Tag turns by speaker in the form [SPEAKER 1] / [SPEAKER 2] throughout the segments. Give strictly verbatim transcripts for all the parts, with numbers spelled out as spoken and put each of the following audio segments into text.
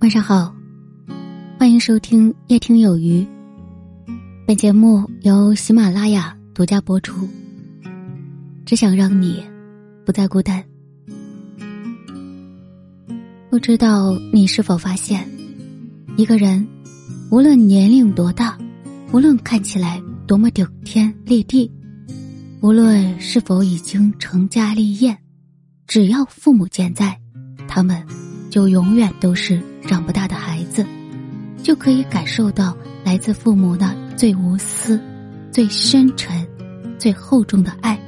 [SPEAKER 1] 晚上好，欢迎收听夜听有余。本节目由喜马拉雅独家播出，只想让你不再孤单。不知道你是否发现，一个人无论年龄多大，无论看起来多么顶天立地，无论是否已经成家立业，只要父母健在，他们就永远都是长不大的孩子，就可以感受到来自父母那最无私、最深沉、最厚重的爱。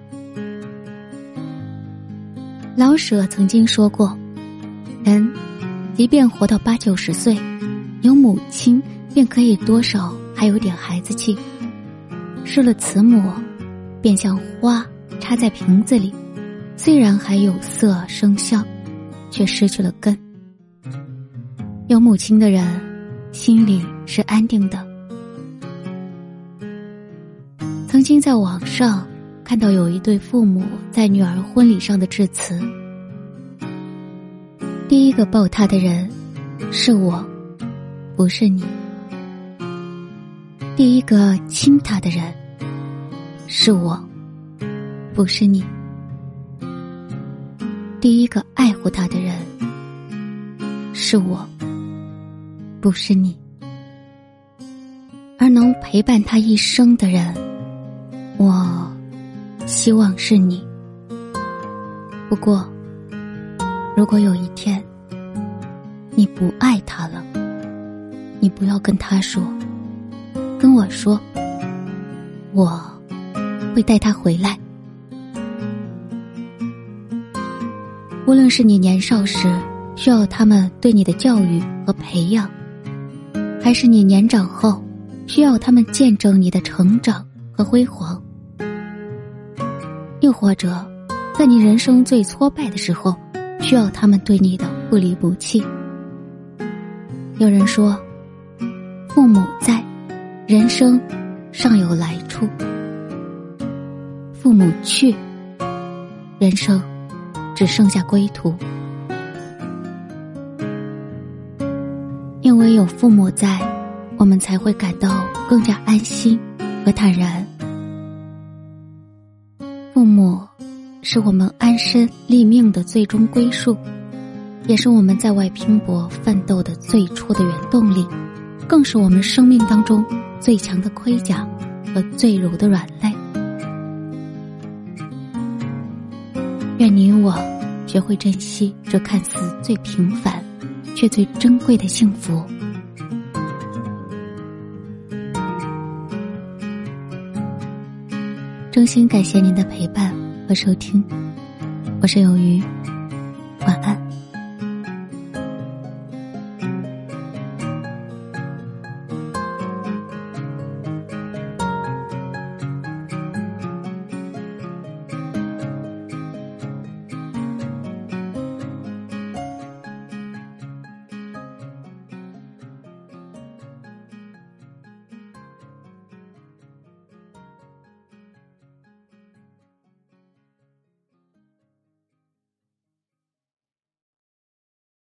[SPEAKER 1] 老舍曾经说过，人即便活到八九十岁，有母亲便可以多少还有点孩子气，失了慈母，便像花插在瓶子里，虽然还有色生香，却失去了根。有母亲的人心里是安定的。曾经在网上看到有一对父母在女儿婚礼上的致辞，第一个抱她的人是我，不是你；第一个亲她的人是我，不是你；第一个爱护她的人是我，不是你。而能陪伴她一生的人，我希望是你。不过如果有一天你不爱他了，你不要跟他说，跟我说，我会带他回来。无论是你年少时需要他们对你的教育和培养，还是你年长后需要他们见证你的成长和辉煌，又或者在你人生最挫败的时候需要他们对你的不离不弃。有人说，父母在，人生尚有来处；父母去，人生只剩下归途。因为有父母在，我们才会感到更加安心和坦然。父母是我们安身立命的最终归宿，也是我们在外拼搏奋斗的最初的原动力，更是我们生命当中最强的盔甲和最柔的软肋。愿你我学会珍惜这看似最平凡却最珍贵的幸福。衷心感谢您的陪伴和收听，我是有余，晚安。